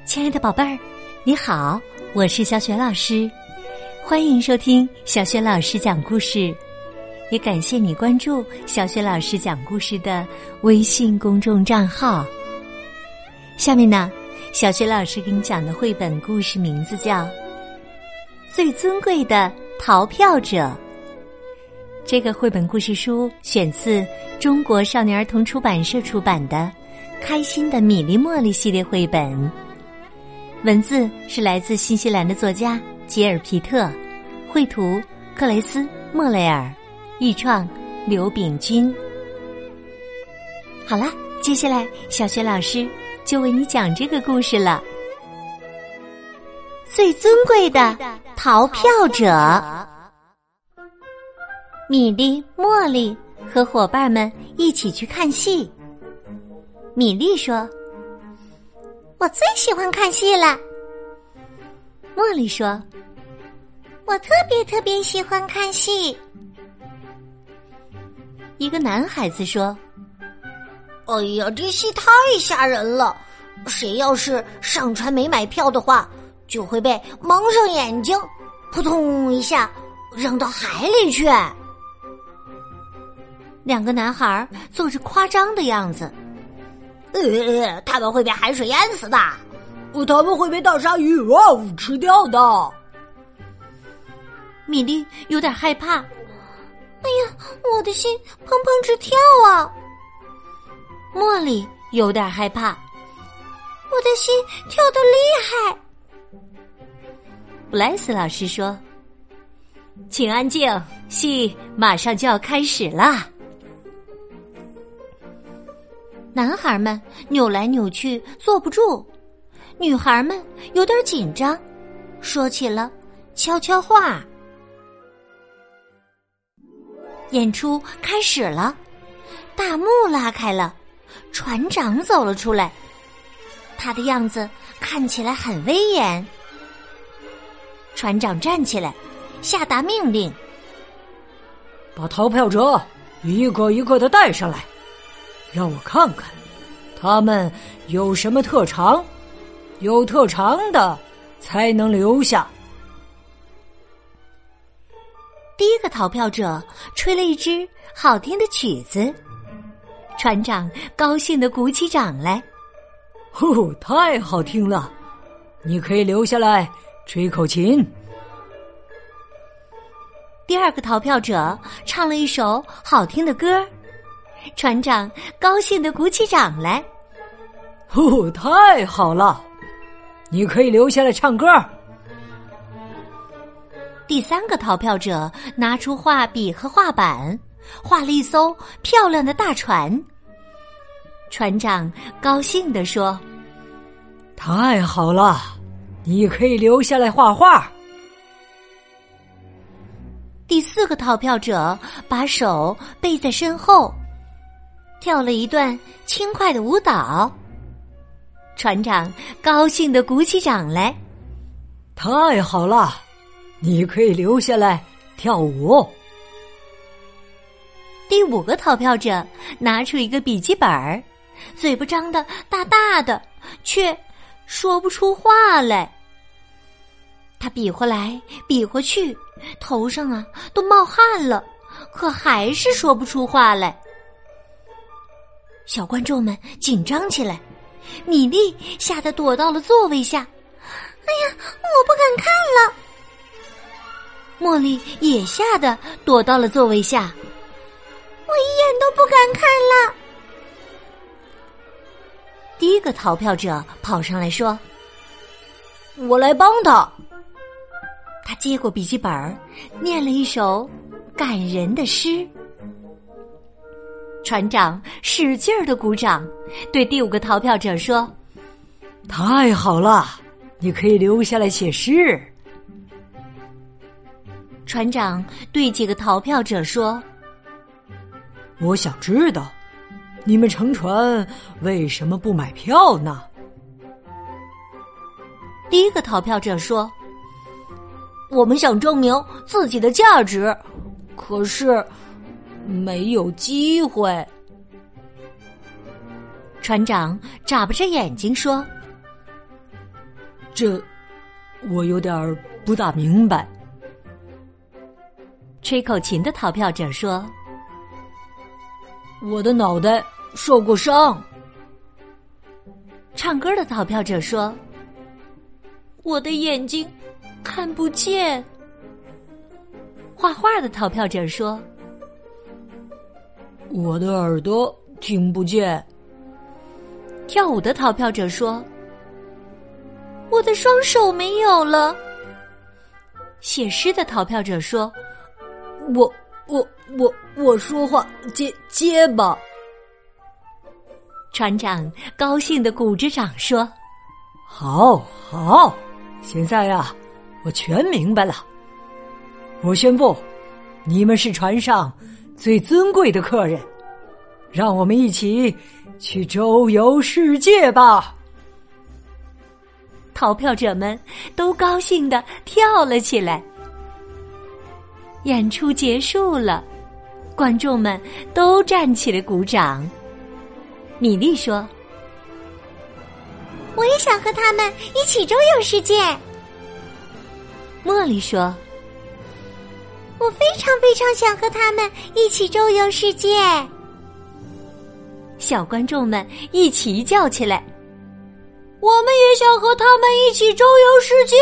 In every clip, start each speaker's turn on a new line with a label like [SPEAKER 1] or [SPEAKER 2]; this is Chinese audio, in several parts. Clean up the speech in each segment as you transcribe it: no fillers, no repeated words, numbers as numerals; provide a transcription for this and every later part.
[SPEAKER 1] 亲爱的宝贝儿，你好，我是小雪老师，欢迎收听小雪老师讲故事，也感谢你关注小雪老师讲故事的微信公众账号。下面呢，小雪老师给你讲的绘本故事名字叫《最尊贵的逃票者》。这个绘本故事书选自中国少年儿童出版社出版的《开心的米粒茉莉》系列绘本，文字是来自新西兰的作家吉尔皮特，绘图克雷斯莫雷尔，译创刘炳军。好了，接下来小雪老师就为你讲这个故事了。最尊贵的逃票者。米莉、茉莉和伙伴们一起去看戏。米莉说：“
[SPEAKER 2] 我最喜欢看戏了。”
[SPEAKER 1] 茉莉说：“
[SPEAKER 2] 我特别喜欢看戏。”
[SPEAKER 1] 一个男孩子说：“
[SPEAKER 3] 哎呀，这戏太吓人了！谁要是上船没买票的话，就会被蒙上眼睛，扑通一下扔到海里去。”
[SPEAKER 1] 两个男孩做着夸张的样子。
[SPEAKER 3] 他们会被海水淹死的，
[SPEAKER 4] 他们会被大鲨鱼吃掉的。
[SPEAKER 1] 米莉有点害怕。
[SPEAKER 2] 哎呀，我的心砰砰直跳啊！
[SPEAKER 1] 茉莉有点害怕。
[SPEAKER 2] 我的心跳得厉害。
[SPEAKER 1] 布莱斯老师说：“请安静，戏马上就要开始啦。”男孩们扭来扭去坐不住，女孩们有点紧张，说起了悄悄话。演出开始了，大幕拉开了，船长走了出来，他的样子看起来很威严。船长站起来，下达命令：“
[SPEAKER 4] 把逃票者一个一个的带上来，让我看看他们有什么特长，有特长的才能留下。”
[SPEAKER 1] 第一个逃票者吹了一支好听的曲子，船长高兴地鼓起掌来：“
[SPEAKER 4] 太好听了，你可以留下来吹口琴。”
[SPEAKER 1] 第二个逃票者唱了一首好听的歌，船长高兴地鼓起掌来：“
[SPEAKER 4] 太好了，你可以留下来唱歌。”
[SPEAKER 1] 第三个逃票者拿出画笔和画板，画了一艘漂亮的大船。船长高兴地说：“
[SPEAKER 4] 太好了，你可以留下来画画。”
[SPEAKER 1] 第四个逃票者把手背在身后，跳了一段轻快的舞蹈。船长高兴地鼓起掌来：“
[SPEAKER 4] 太好了，你可以留下来跳舞。”
[SPEAKER 1] 第五个逃票者拿出一个笔记本，嘴巴张得大大的，却说不出话来。他比划来比划去，头上都冒汗了，可还是说不出话来。小观众们紧张起来，米莉吓得躲到了座位下。
[SPEAKER 2] 哎呀，我不敢看了。
[SPEAKER 1] 茉莉也吓得躲到了座位下。
[SPEAKER 2] 我一眼都不敢看了。
[SPEAKER 1] 第一个逃票者跑上来说：“
[SPEAKER 3] 我来帮他。”
[SPEAKER 1] 他接过笔记本，念了一首感人的诗。船长使劲儿地鼓掌，对第五个逃票者说：“
[SPEAKER 4] 太好了，你可以留下来写诗。”
[SPEAKER 1] 船长对几个逃票者说：“
[SPEAKER 4] 我想知道，你们乘船为什么不买票呢？”
[SPEAKER 1] 第一个逃票者说：“
[SPEAKER 3] 我们想证明自己的价值，可是没有机会。”
[SPEAKER 1] 船长眨巴着眼睛说：“
[SPEAKER 4] 这我有点不大明白。
[SPEAKER 1] 吹口琴的逃票者说：
[SPEAKER 4] 我的脑袋受过伤。
[SPEAKER 1] 唱歌的逃票者说：
[SPEAKER 2] 我的眼睛看不见。
[SPEAKER 1] 画画的逃票者说：
[SPEAKER 4] 我的耳朵听不见。
[SPEAKER 1] 跳舞的逃票者说：
[SPEAKER 2] 我的双手没有了。
[SPEAKER 1] 写诗的逃票者说：
[SPEAKER 4] 我说话结巴。
[SPEAKER 1] 船长高兴地鼓着掌说：
[SPEAKER 4] 好，现在呀，我全明白了。我宣布，你们是船上最尊贵的客人，让我们一起去周游世界吧！
[SPEAKER 1] 逃票者们都高兴地跳了起来。演出结束了，观众们都站起来鼓掌。米莉说：
[SPEAKER 2] 我也想和他们一起周游世界。
[SPEAKER 1] 茉莉说：
[SPEAKER 2] 我非常想和他们一起周游世界。
[SPEAKER 1] 小观众们一起叫起来：
[SPEAKER 2] 我们也想和他们一起周游世界。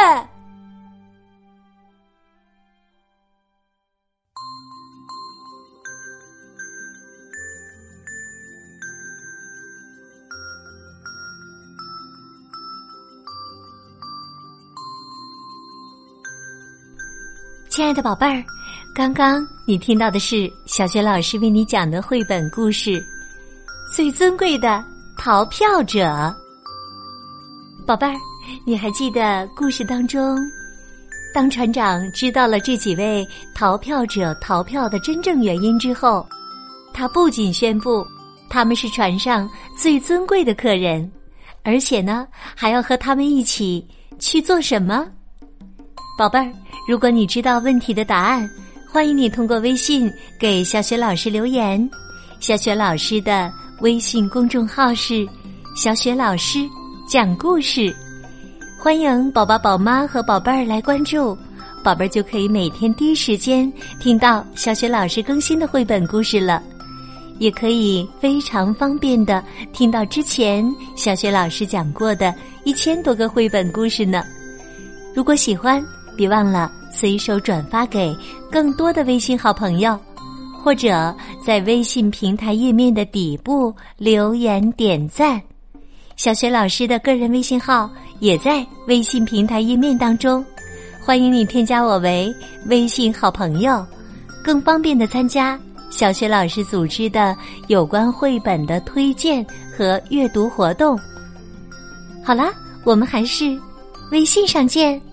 [SPEAKER 1] 亲爱的宝贝儿，刚刚你听到的是小学老师为你讲的绘本故事《最尊贵的逃票者》。宝贝儿，你还记得故事当中，当船长知道了这几位逃票者逃票的真正原因之后，他不仅宣布他们是船上最尊贵的客人，而且呢，还要和他们一起去做什么？宝贝儿，如果你知道问题的答案，欢迎你通过微信给小雪老师留言。小雪老师的微信公众号是小雪老师讲故事，欢迎宝宝、宝妈和宝贝儿来关注，宝贝儿就可以每天第一时间听到小雪老师更新的绘本故事了，也可以非常方便的听到之前小雪老师讲过的1000多个绘本故事呢。如果喜欢，别忘了随手转发给更多的微信好朋友，或者在微信平台页面的底部留言点赞。小雪老师的个人微信号也在微信平台页面当中，欢迎你添加我为微信好朋友，更方便的参加小雪老师组织的有关绘本的推荐和阅读活动。好啦，我们还是微信上见。